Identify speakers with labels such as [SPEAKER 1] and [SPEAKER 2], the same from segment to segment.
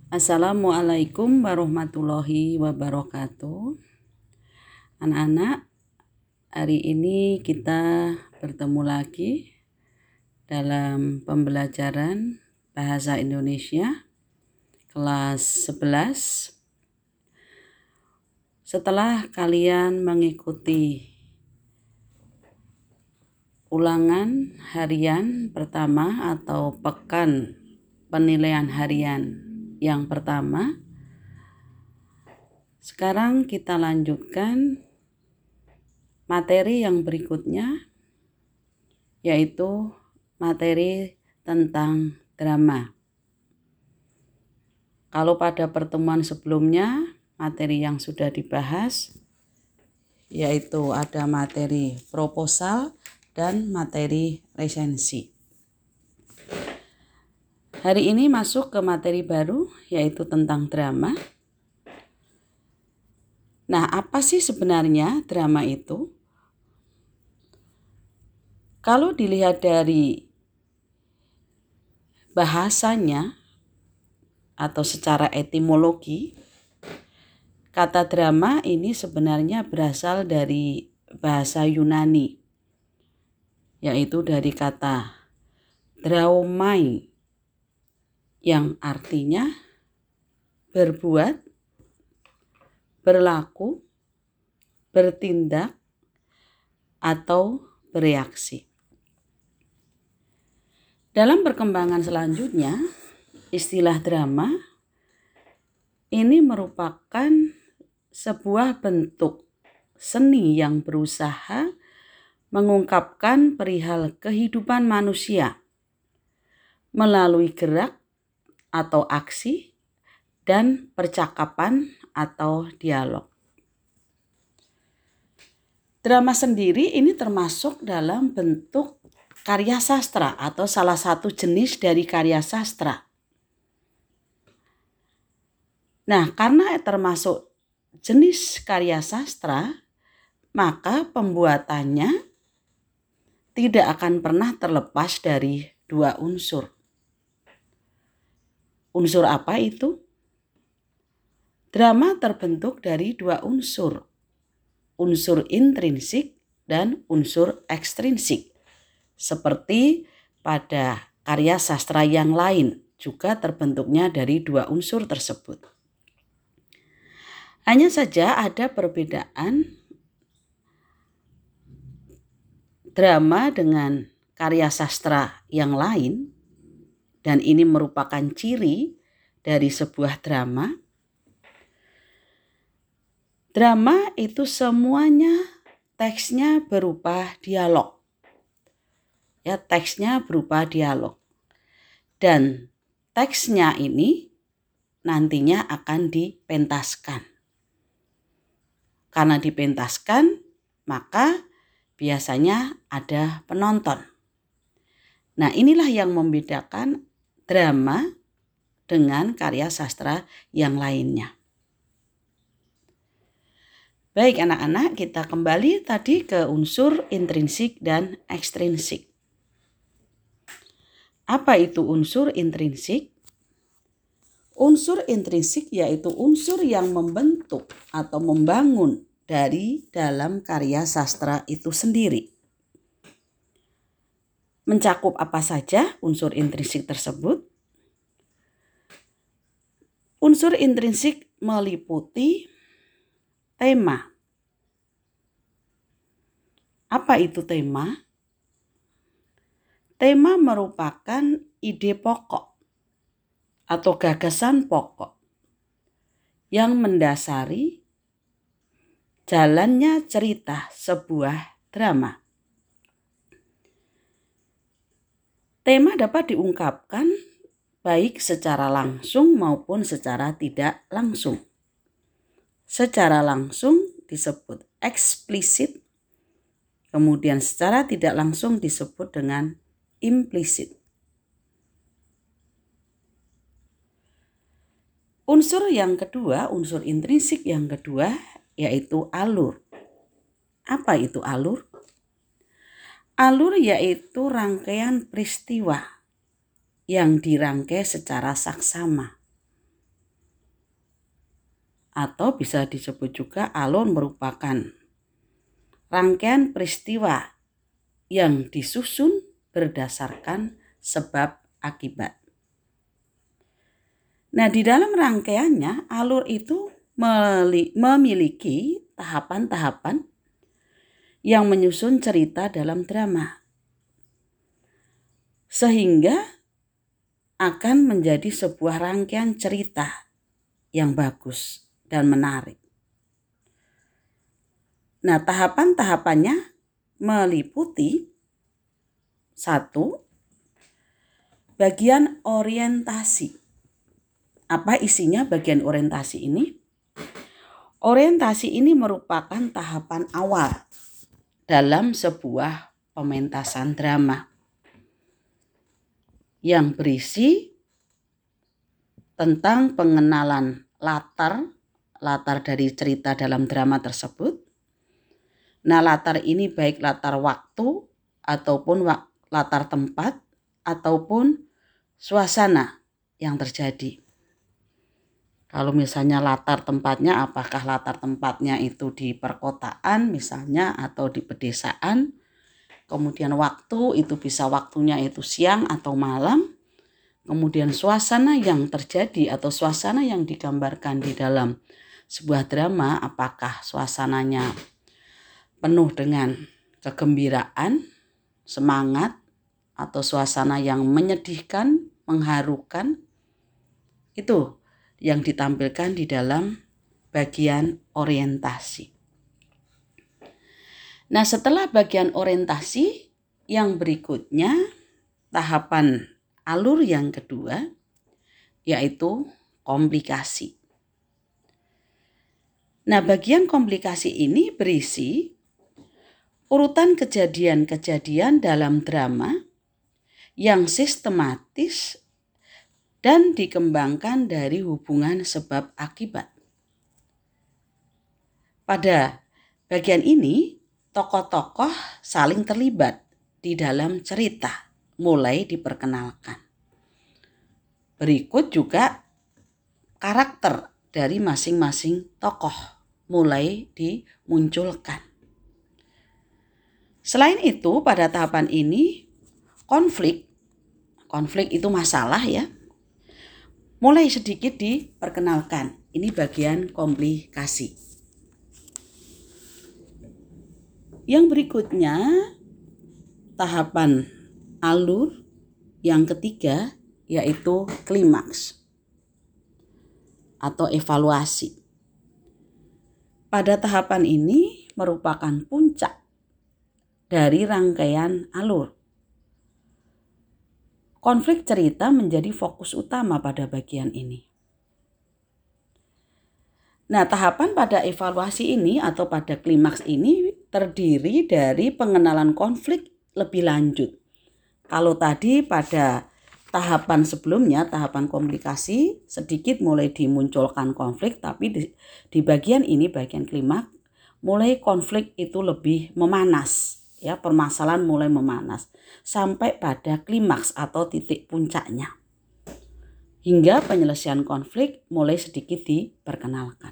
[SPEAKER 1] Assalamualaikum warahmatullahi wabarakatuh. Anak-anak, hari ini kita bertemu lagi dalam pembelajaran Bahasa Indonesia kelas 11. Setelah kalian mengikuti ulangan harian pertama atau pekan penilaian harian yang pertama, sekarang kita lanjutkan materi yang berikutnya, yaitu materi tentang drama. Kalau pada pertemuan sebelumnya, materi yang sudah dibahas yaitu ada materi proposal dan materi resensi. Hari ini masuk ke materi baru, yaitu tentang drama. Nah, apa sih sebenarnya drama itu? Kalau dilihat dari bahasanya atau secara etimologi, kata drama ini sebenarnya berasal dari bahasa Yunani, yaitu dari kata draomai, yang artinya berbuat, berlaku, bertindak, atau bereaksi. Dalam perkembangan selanjutnya, istilah drama ini merupakan sebuah bentuk seni yang berusaha mengungkapkan perihal kehidupan manusia melalui gerak atau aksi dan percakapan atau dialog. Drama sendiri ini termasuk dalam bentuk karya sastra atau salah satu jenis dari karya sastra. Nah, karena termasuk jenis karya sastra, maka pembuatannya tidak akan pernah terlepas dari dua unsur. Unsur apa itu? Drama terbentuk dari dua unsur, unsur intrinsik dan unsur ekstrinsik. Seperti pada karya sastra yang lain juga terbentuknya dari dua unsur tersebut. Hanya saja ada perbedaan drama dengan karya sastra yang lain, dan ini merupakan ciri dari sebuah drama. Drama itu semuanya teksnya berupa dialog. Ya, teksnya berupa dialog. Dan teksnya ini nantinya akan dipentaskan. Karena dipentaskan, maka biasanya ada penonton. Nah, inilah yang membedakan drama dengan karya sastra yang lainnya. Baik anak-anak, kita kembali tadi ke unsur intrinsik dan ekstrinsik. Apa itu unsur intrinsik? Unsur intrinsik yaitu unsur yang membentuk atau membangun dari dalam karya sastra itu sendiri. Mencakup apa saja unsur intrinsik tersebut? Unsur intrinsik meliputi tema. Apa itu tema? Tema merupakan ide pokok atau gagasan pokok yang mendasari jalannya cerita sebuah drama. Tema dapat diungkapkan baik secara langsung maupun secara tidak langsung. Secara langsung disebut eksplisit, kemudian secara tidak langsung disebut dengan implisit. Unsur yang kedua, unsur intrinsik yang kedua, yaitu alur. Apa itu alur? Alur yaitu rangkaian peristiwa yang dirangkai secara saksama. atau bisa disebut juga alur merupakan rangkaian peristiwa yang disusun berdasarkan sebab akibat. Nah, di dalam rangkaiannya alur itu memiliki tahapan-tahapan yang menyusun cerita dalam drama, sehingga akan menjadi sebuah rangkaian cerita yang bagus dan menarik. Nah, tahapan-tahapannya meliputi 1. Bagian orientasi. Apa isinya bagian orientasi ini? Orientasi ini merupakan tahapan awal dalam sebuah pementasan drama yang berisi tentang pengenalan latar dari cerita dalam drama tersebut. Nah, latar ini baik latar waktu ataupun latar tempat ataupun suasana yang terjadi. Kalau misalnya latar tempatnya, apakah latar tempatnya itu di perkotaan misalnya atau di pedesaan. Kemudian waktu itu bisa waktunya itu siang atau malam. Kemudian suasana yang terjadi atau suasana yang digambarkan di dalam sebuah drama, apakah suasananya penuh dengan kegembiraan, semangat, atau suasana yang menyedihkan, mengharukan. Itu yang ditampilkan di dalam bagian orientasi. Nah, setelah bagian orientasi, yang berikutnya tahapan alur yang kedua yaitu komplikasi. Nah, bagian komplikasi ini berisi urutan kejadian-kejadian dalam drama yang sistematis dan dikembangkan dari hubungan sebab akibat. Pada bagian ini, tokoh-tokoh saling terlibat di dalam cerita, mulai diperkenalkan. Berikut juga karakter dari masing-masing tokoh mulai dimunculkan. Selain itu, pada tahapan ini konflik itu masalah ya, mulai sedikit diperkenalkan. Ini bagian komplikasi. Yang berikutnya tahapan alur yang ketiga yaitu klimaks atau evaluasi. Pada tahapan ini merupakan puncak dari rangkaian alur. Konflik cerita menjadi fokus utama pada bagian ini. Nah, tahapan pada evaluasi ini atau pada klimaks ini terdiri dari pengenalan konflik lebih lanjut. Kalau tadi pada tahapan sebelumnya, tahapan komplikasi, sedikit mulai dimunculkan konflik, tapi di bagian ini, bagian klimaks, mulai konflik itu lebih memanas. Ya, permasalahan mulai memanas sampai pada klimaks atau titik puncaknya. Hingga penyelesaian konflik mulai sedikit diperkenalkan.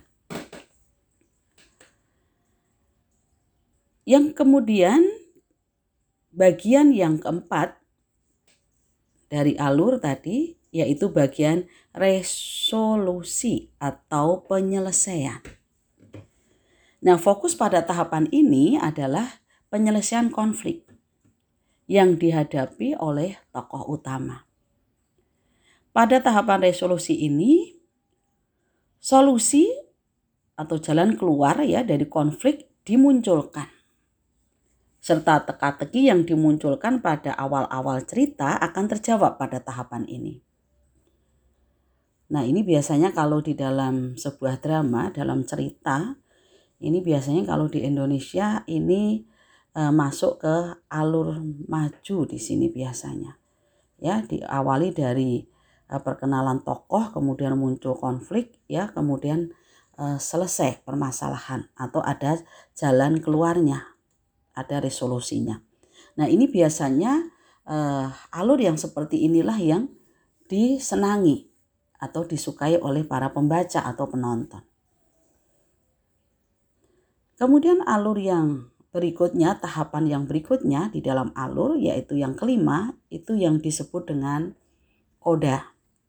[SPEAKER 1] Yang kemudian bagian yang keempat dari alur tadi yaitu bagian resolusi atau penyelesaian. Nah, fokus pada tahapan ini adalah penyelesaian konflik yang dihadapi oleh tokoh utama. Pada tahapan resolusi ini, solusi atau jalan keluar ya dari konflik dimunculkan. Serta teka-teki yang dimunculkan pada awal-awal cerita akan terjawab pada tahapan ini. Nah, ini biasanya kalau di dalam sebuah drama, dalam cerita, ini biasanya kalau di Indonesia ini masuk ke alur maju di sini biasanya. Ya, diawali dari perkenalan tokoh, kemudian muncul konflik, ya, kemudian selesai permasalahan atau ada jalan keluarnya, ada resolusinya. Nah, ini biasanya alur yang seperti inilah yang disenangi atau disukai oleh para pembaca atau penonton. Kemudian alur yang berikutnya, tahapan yang berikutnya di dalam alur, yaitu yang kelima, itu yang disebut dengan koda.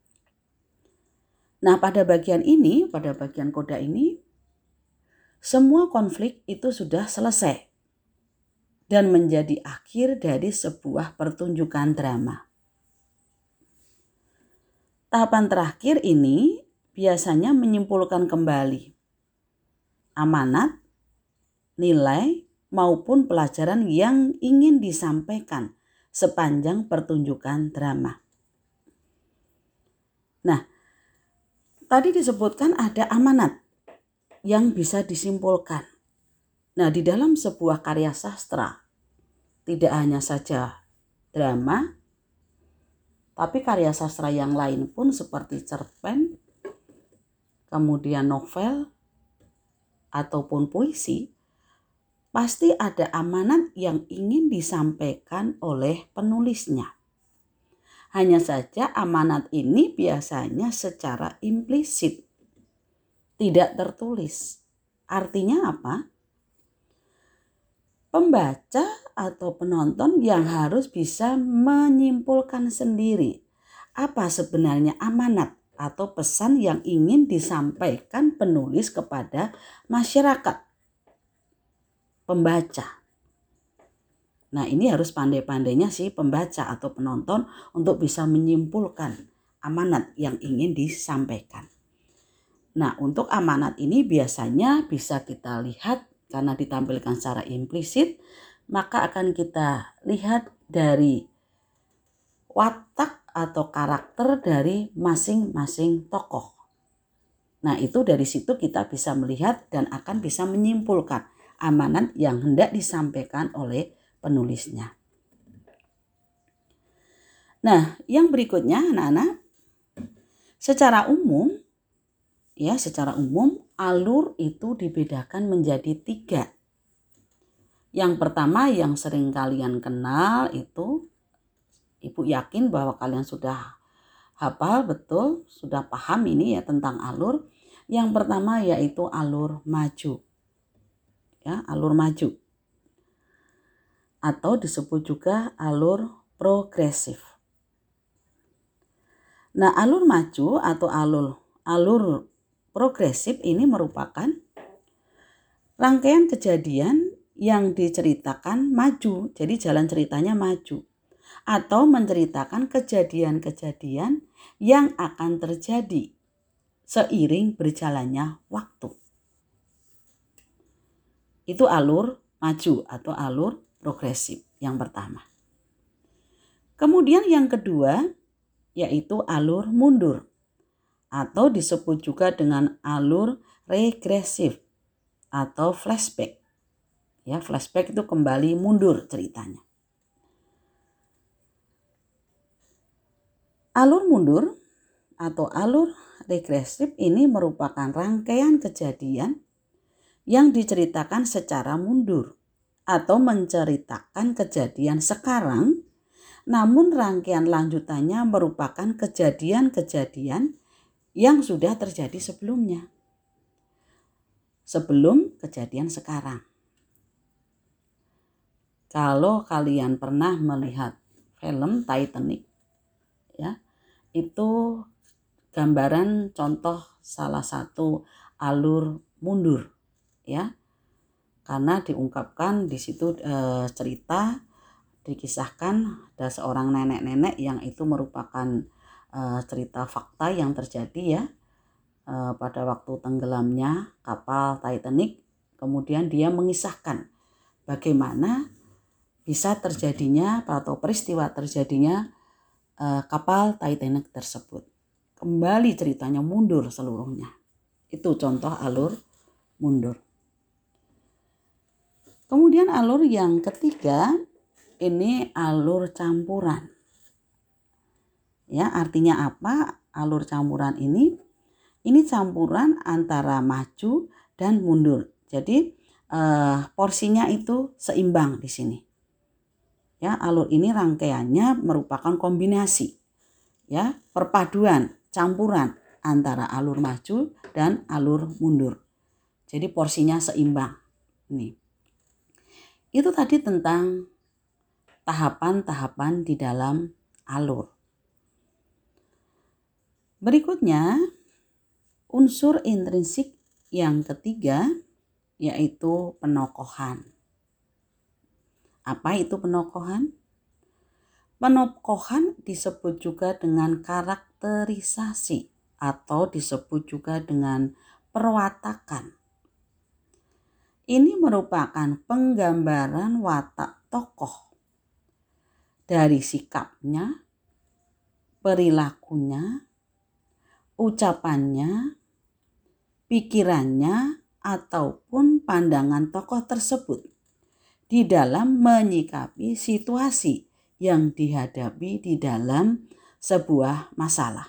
[SPEAKER 1] Nah, pada bagian koda ini, semua konflik itu sudah selesai dan menjadi akhir dari sebuah pertunjukan drama. Tahapan terakhir ini biasanya menyimpulkan kembali amanat, nilai, maupun pelajaran yang ingin disampaikan sepanjang pertunjukan drama. Nah, tadi disebutkan ada amanat yang bisa disimpulkan. Nah, di dalam sebuah karya sastra, tidak hanya saja drama, tapi karya sastra yang lain pun seperti cerpen, kemudian novel, ataupun puisi, pasti ada amanat yang ingin disampaikan oleh penulisnya. Hanya saja amanat ini biasanya secara implisit, tidak tertulis. Artinya apa? Pembaca atau penonton yang harus bisa menyimpulkan sendiri apa sebenarnya amanat atau pesan yang ingin disampaikan penulis kepada masyarakat, pembaca. Nah, ini harus pandai-pandainya si pembaca atau penonton untuk bisa menyimpulkan amanat yang ingin disampaikan. Nah, untuk amanat ini biasanya bisa kita lihat karena ditampilkan secara implisit, maka akan kita lihat dari watak atau karakter dari masing-masing tokoh. Nah, itu dari situ kita bisa melihat dan akan bisa menyimpulkan amanat yang hendak disampaikan oleh penulisnya. Nah, yang berikutnya anak-anak, secara umum alur itu dibedakan menjadi 3. Yang pertama yang sering kalian kenal itu, Ibu yakin bahwa kalian sudah hafal betul, sudah paham ini ya tentang alur. Yang pertama yaitu alur maju. Ya, alur maju. Atau disebut juga alur progresif. Nah, alur maju atau alur progresif ini merupakan rangkaian kejadian yang diceritakan maju. Jadi jalan ceritanya maju. Atau menceritakan kejadian-kejadian yang akan terjadi seiring berjalannya waktu. Itu alur maju atau alur progresif yang pertama. Kemudian yang kedua yaitu alur mundur atau disebut juga dengan alur regresif atau flashback. Ya, flashback itu kembali mundur ceritanya. Alur mundur atau alur regresif ini merupakan rangkaian kejadian yang diceritakan secara mundur atau menceritakan kejadian sekarang, namun rangkaian lanjutannya merupakan kejadian-kejadian yang sudah terjadi sebelumnya, sebelum kejadian sekarang. Kalau kalian pernah melihat film Titanic, ya, itu gambaran contoh salah satu alur mundur, ya, karena diungkapkan di situ cerita dikisahkan ada seorang nenek-nenek yang itu merupakan cerita fakta yang terjadi ya pada waktu tenggelamnya kapal Titanic. Kemudian dia mengisahkan bagaimana bisa terjadinya atau peristiwa terjadinya kapal Titanic tersebut. Kembali ceritanya mundur seluruhnya. Itu contoh alur mundur. Kemudian alur yang ketiga ini alur campuran. Ya, artinya apa? Alur campuran ini campuran antara maju dan mundur. Jadi porsinya itu seimbang di sini. Ya, alur ini rangkaiannya merupakan kombinasi, ya, perpaduan, campuran antara alur maju dan alur mundur. Jadi porsinya seimbang. Nih. Itu tadi tentang tahapan-tahapan di dalam alur. Berikutnya, unsur intrinsik yang ketiga yaitu penokohan. Apa itu penokohan? Penokohan disebut juga dengan karakterisasi atau disebut juga dengan perwatakan. Ini merupakan penggambaran watak tokoh dari sikapnya, perilakunya, ucapannya, pikirannya, ataupun pandangan tokoh tersebut di dalam menyikapi situasi yang dihadapi di dalam sebuah masalah.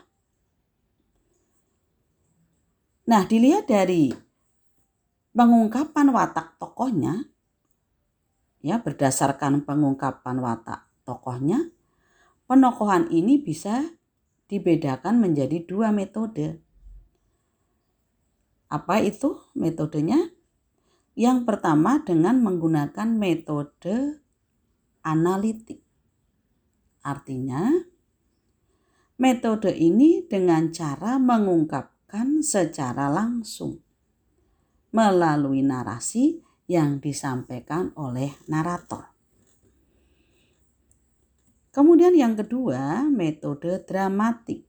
[SPEAKER 1] Nah, dilihat dari pengungkapan watak tokohnya, ya berdasarkan pengungkapan watak tokohnya, penokohan ini bisa dibedakan menjadi 2 metode. Apa itu metodenya? Yang pertama dengan menggunakan metode analitik. Artinya, metode ini dengan cara mengungkapkan secara langsung melalui narasi yang disampaikan oleh narator. Kemudian yang kedua, metode dramatik.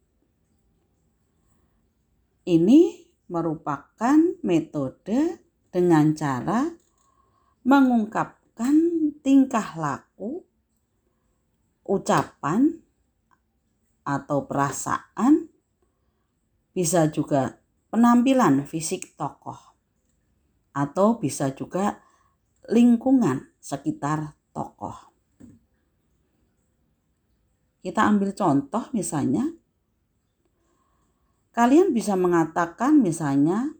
[SPEAKER 1] Ini merupakan metode dengan cara mengungkapkan tingkah laku, ucapan, atau perasaan, bisa juga penampilan fisik tokoh, atau bisa juga lingkungan sekitar tokoh. Kita ambil contoh misalnya, kalian bisa mengatakan misalnya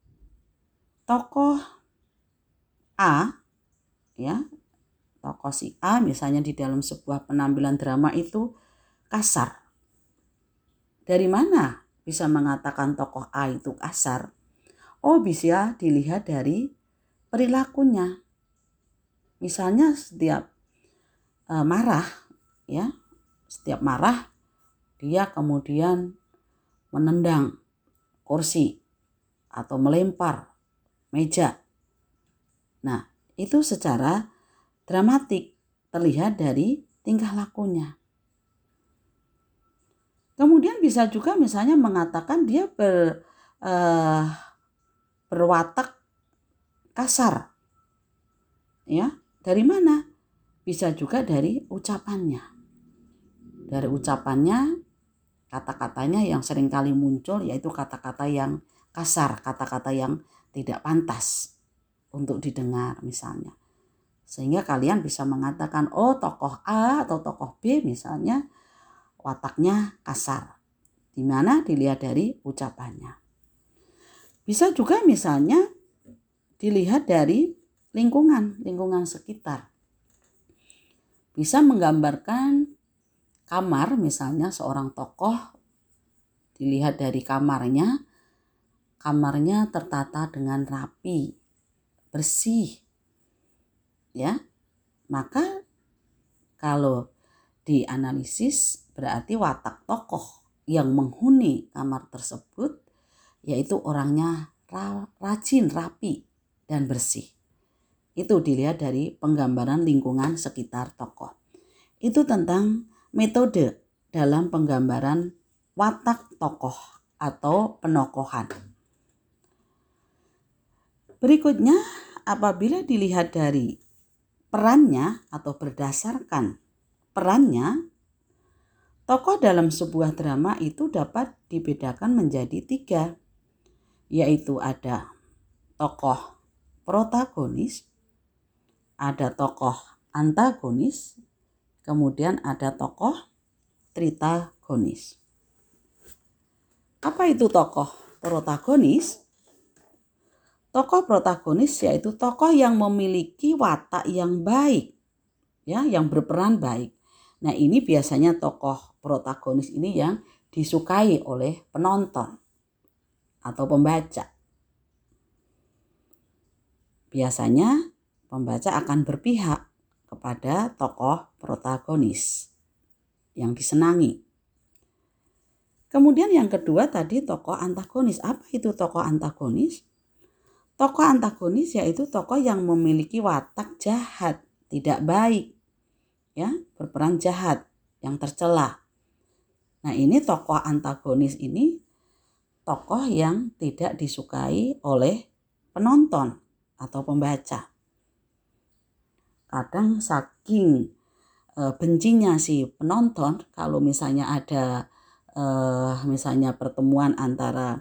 [SPEAKER 1] tokoh A, ya, tokoh si A misalnya di dalam sebuah penampilan drama itu kasar. Dari mana bisa mengatakan tokoh A itu kasar? Oh, bisa dilihat dari perilakunya. Misalnya setiap marah, ya, setiap marah dia kemudian menendang kursi atau melempar meja. Nah, itu secara dramatik terlihat dari tingkah lakunya. Kemudian bisa juga misalnya mengatakan dia berwatak kasar. Ya, dari mana? Bisa juga dari ucapannya. Dari ucapannya, kata-katanya yang seringkali muncul yaitu kata-kata yang kasar, kata-kata yang tidak pantas untuk didengar misalnya. Sehingga kalian bisa mengatakan, oh tokoh A atau tokoh B misalnya wataknya kasar. Di mana dilihat dari ucapannya. Bisa juga misalnya dilihat dari lingkungan sekitar. Bisa menggambarkan kamar misalnya seorang tokoh, dilihat dari kamarnya tertata dengan rapi, bersih. Ya. Maka kalau dianalisis berarti watak tokoh yang menghuni kamar tersebut yaitu orangnya rajin, rapi, dan bersih. Itu dilihat dari penggambaran lingkungan sekitar tokoh. Itu tentang metode dalam penggambaran watak tokoh atau penokohan. Berikutnya, apabila dilihat dari perannya atau berdasarkan perannya, tokoh dalam sebuah drama itu dapat dibedakan menjadi 3, yaitu ada tokoh protagonis, ada tokoh antagonis, kemudian ada tokoh tritagonis. Apa itu tokoh protagonis? Tokoh protagonis yaitu tokoh yang memiliki watak yang baik, ya, yang berperan baik. Nah, ini biasanya tokoh protagonis ini yang disukai oleh penonton atau pembaca. biasanya pembaca akan berpihak kepada tokoh protagonis yang disenangi. Kemudian yang kedua tadi tokoh antagonis. Apa itu tokoh antagonis? Tokoh antagonis yaitu tokoh yang memiliki watak jahat, tidak baik, ya, berperan jahat, yang tercela. Nah, ini tokoh antagonis ini tokoh yang tidak disukai oleh penonton atau pembaca. Kadang saking bencinya si penonton kalau misalnya ada misalnya pertemuan antara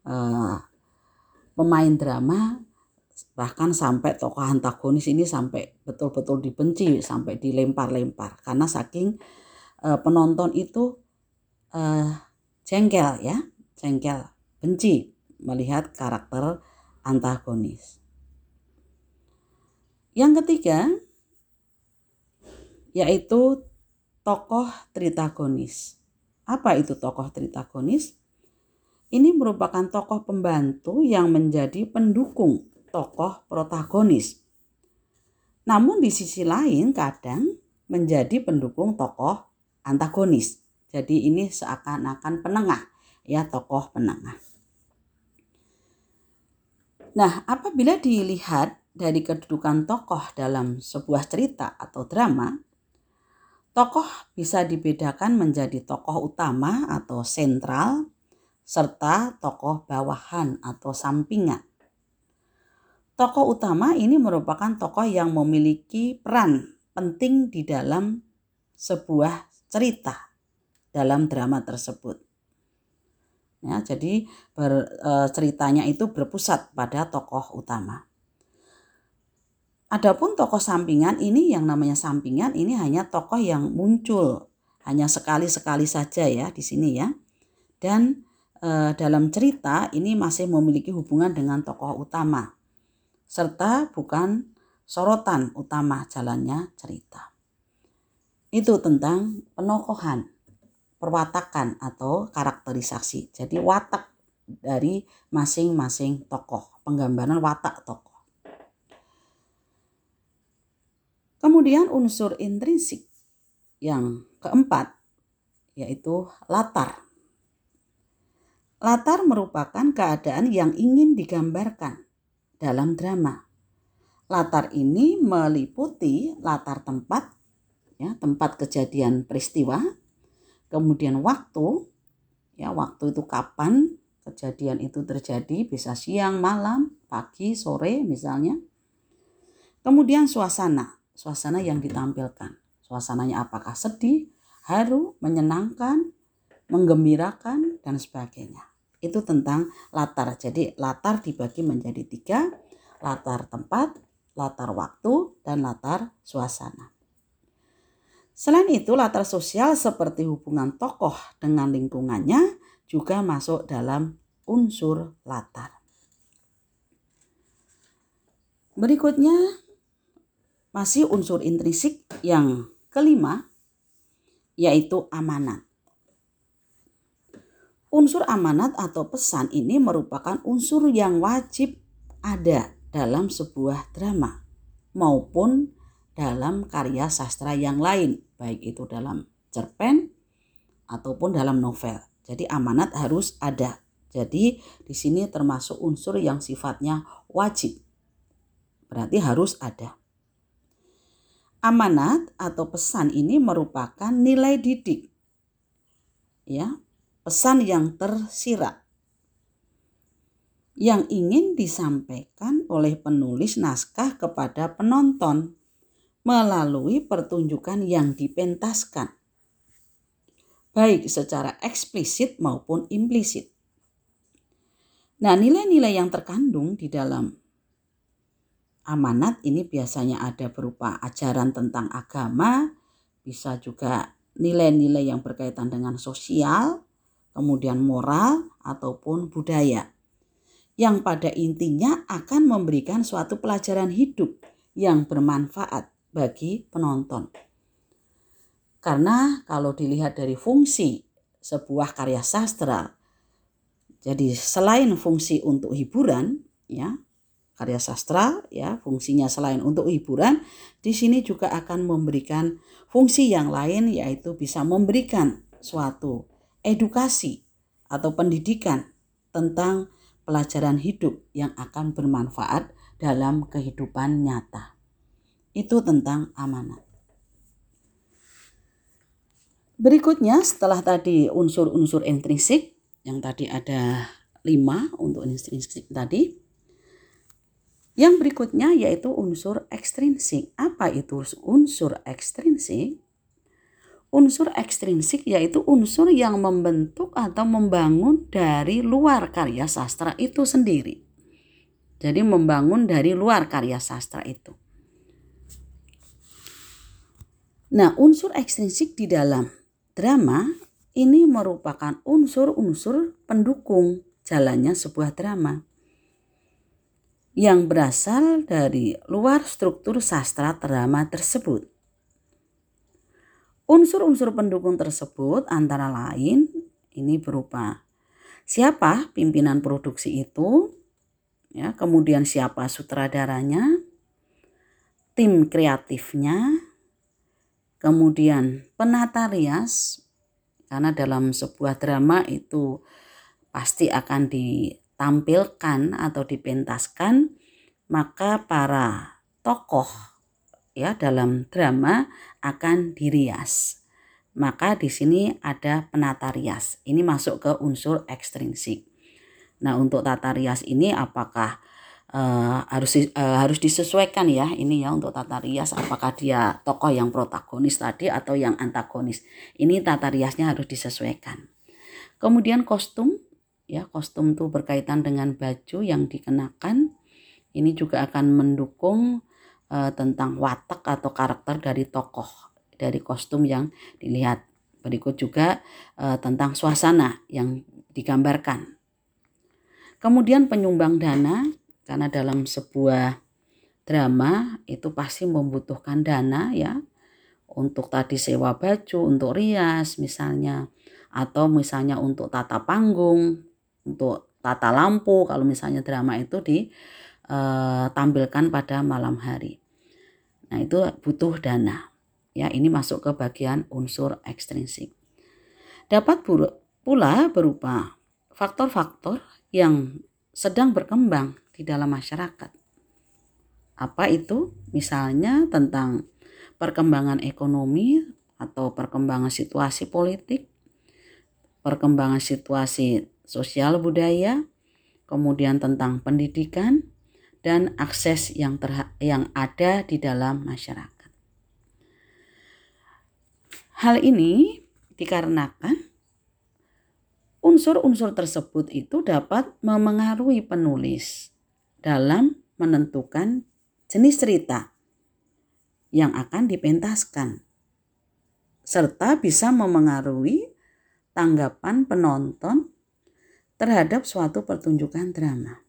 [SPEAKER 1] pemain drama, bahkan sampai tokoh antagonis ini sampai betul-betul dibenci, sampai dilempar-lempar karena saking penonton itu jengkel, benci melihat karakter antagonis. Yang ketiga yaitu tokoh tritagonis. Apa itu tokoh tritagonis? Ini merupakan tokoh pembantu yang menjadi pendukung tokoh protagonis. Namun di sisi lain kadang menjadi pendukung tokoh antagonis. Jadi ini seakan-akan penengah, ya, tokoh penengah. Nah, apabila dilihat dari kedudukan tokoh dalam sebuah cerita atau drama, tokoh bisa dibedakan menjadi tokoh utama atau sentral, serta tokoh bawahan atau sampingan. Tokoh utama ini merupakan tokoh yang memiliki peran penting di dalam sebuah cerita dalam drama tersebut. Ya, jadi ceritanya itu berpusat pada tokoh utama. Adapun tokoh sampingan ini, yang namanya sampingan ini hanya tokoh yang muncul hanya sekali-sekali saja, ya, di sini, ya. Dan dalam cerita ini masih memiliki hubungan dengan tokoh utama serta bukan sorotan utama jalannya cerita. Itu tentang penokohan, perwatakan atau karakterisasi. Jadi watak dari masing-masing tokoh, penggambaran watak tokoh. Kemudian unsur intrinsik yang keempat yaitu latar. Latar merupakan keadaan yang ingin digambarkan dalam drama. Latar ini meliputi latar tempat, ya, tempat kejadian peristiwa, kemudian waktu, ya, waktu itu kapan kejadian itu terjadi, bisa siang, malam, pagi, sore misalnya. Kemudian suasana yang ditampilkan. Suasananya apakah sedih, haru, menyenangkan, menggembirakan, dan sebagainya. Itu tentang latar. Jadi latar dibagi menjadi 3, latar tempat, latar waktu, dan latar suasana. Selain itu, latar sosial seperti hubungan tokoh dengan lingkungannya juga masuk dalam unsur latar. Berikutnya masih unsur intrinsik yang kelima yaitu amanat. Unsur amanat atau pesan ini merupakan unsur yang wajib ada dalam sebuah drama maupun dalam karya sastra yang lain, baik itu dalam cerpen ataupun dalam novel. Jadi amanat harus ada. Jadi di sini termasuk unsur yang sifatnya wajib. Berarti harus ada. Amanat atau pesan ini merupakan nilai didik, ya, pesan yang tersirat yang ingin disampaikan oleh penulis naskah kepada penonton melalui pertunjukan yang dipentaskan, baik secara eksplisit maupun implisit. Nah, nilai-nilai yang terkandung di dalam amanat ini biasanya ada berupa ajaran tentang agama, bisa juga nilai-nilai yang berkaitan dengan sosial, kemudian moral ataupun budaya, yang pada intinya akan memberikan suatu pelajaran hidup yang bermanfaat bagi penonton. Karena kalau dilihat dari fungsi sebuah karya sastra, jadi selain fungsi untuk hiburan, ya, karya sastra ya, fungsinya selain untuk hiburan, di sini juga akan memberikan fungsi yang lain, yaitu bisa memberikan suatu edukasi atau pendidikan tentang pelajaran hidup yang akan bermanfaat dalam kehidupan nyata. Itu tentang amanat. Berikutnya setelah tadi unsur-unsur intrinsik, yang tadi ada 5 untuk intrinsik tadi. Yang berikutnya yaitu unsur ekstrinsik. Apa itu unsur ekstrinsik? Unsur ekstrinsik yaitu unsur yang membentuk atau membangun dari luar karya sastra itu sendiri. Jadi membangun dari luar karya sastra itu. Nah, unsur ekstrinsik di dalam drama ini merupakan unsur-unsur pendukung jalannya sebuah drama yang berasal dari luar struktur sastra drama tersebut. Unsur-unsur pendukung tersebut antara lain ini berupa siapa pimpinan produksi itu, ya, kemudian siapa sutradaranya, tim kreatifnya, kemudian penata rias, karena dalam sebuah drama itu pasti akan ditampilkan atau dipentaskan, maka para tokoh ya dalam drama akan dirias. Maka di sini ada penata rias. Ini masuk ke unsur ekstrinsik. Nah, untuk tata rias ini apakah harus disesuaikan ya, ini ya untuk tata rias, apakah dia tokoh yang protagonis tadi atau yang antagonis. Ini tata riasnya harus disesuaikan. Kemudian kostum, ya, kostum itu berkaitan dengan baju yang dikenakan. Ini juga akan mendukung tentang watak atau karakter dari tokoh, dari kostum yang dilihat. Berikut juga tentang suasana yang digambarkan. Kemudian penyumbang dana, karena dalam sebuah drama itu pasti membutuhkan dana ya, untuk tadi sewa baju, untuk rias misalnya, atau misalnya untuk tata panggung, untuk tata lampu kalau misalnya drama itu ditampilkan pada malam hari. Nah, itu butuh dana. Ya, ini masuk ke bagian unsur ekstrinsik. Dapat pula berupa faktor-faktor yang sedang berkembang di dalam masyarakat. Apa itu? Misalnya tentang perkembangan ekonomi atau perkembangan situasi politik, perkembangan situasi sosial budaya, kemudian tentang pendidikan dan akses yang ada di dalam masyarakat. Hal ini dikarenakan unsur-unsur tersebut itu dapat memengaruhi penulis dalam menentukan jenis cerita yang akan dipentaskan, serta bisa memengaruhi tanggapan penonton terhadap suatu pertunjukan drama.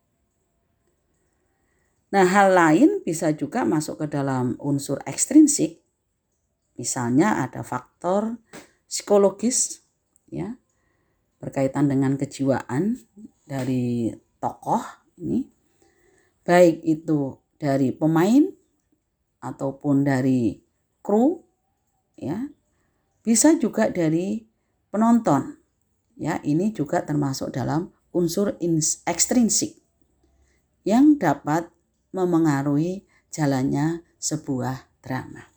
[SPEAKER 1] Nah, hal lain bisa juga masuk ke dalam unsur ekstrinsik. Misalnya ada faktor psikologis ya, berkaitan dengan kejiwaan dari tokoh ini, baik itu dari pemain ataupun dari kru ya, bisa juga dari penonton ya. Ini juga termasuk dalam unsur ekstrinsik yang dapat memengaruhi jalannya sebuah drama.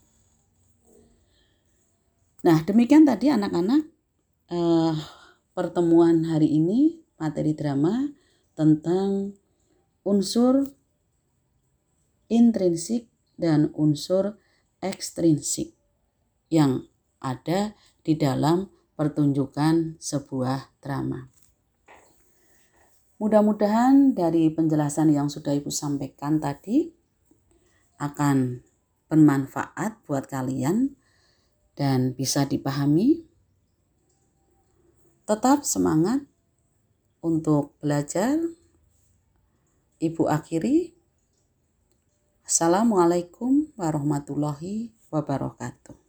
[SPEAKER 1] Nah, demikian tadi anak-anak pertemuan hari ini materi drama tentang unsur intrinsik dan unsur ekstrinsik yang ada di dalam pertunjukan sebuah drama. Mudah-mudahan dari penjelasan yang sudah Ibu sampaikan tadi akan bermanfaat buat kalian dan bisa dipahami. Tetap semangat untuk belajar. Ibu akhiri. Assalamualaikum warahmatullahi wabarakatuh.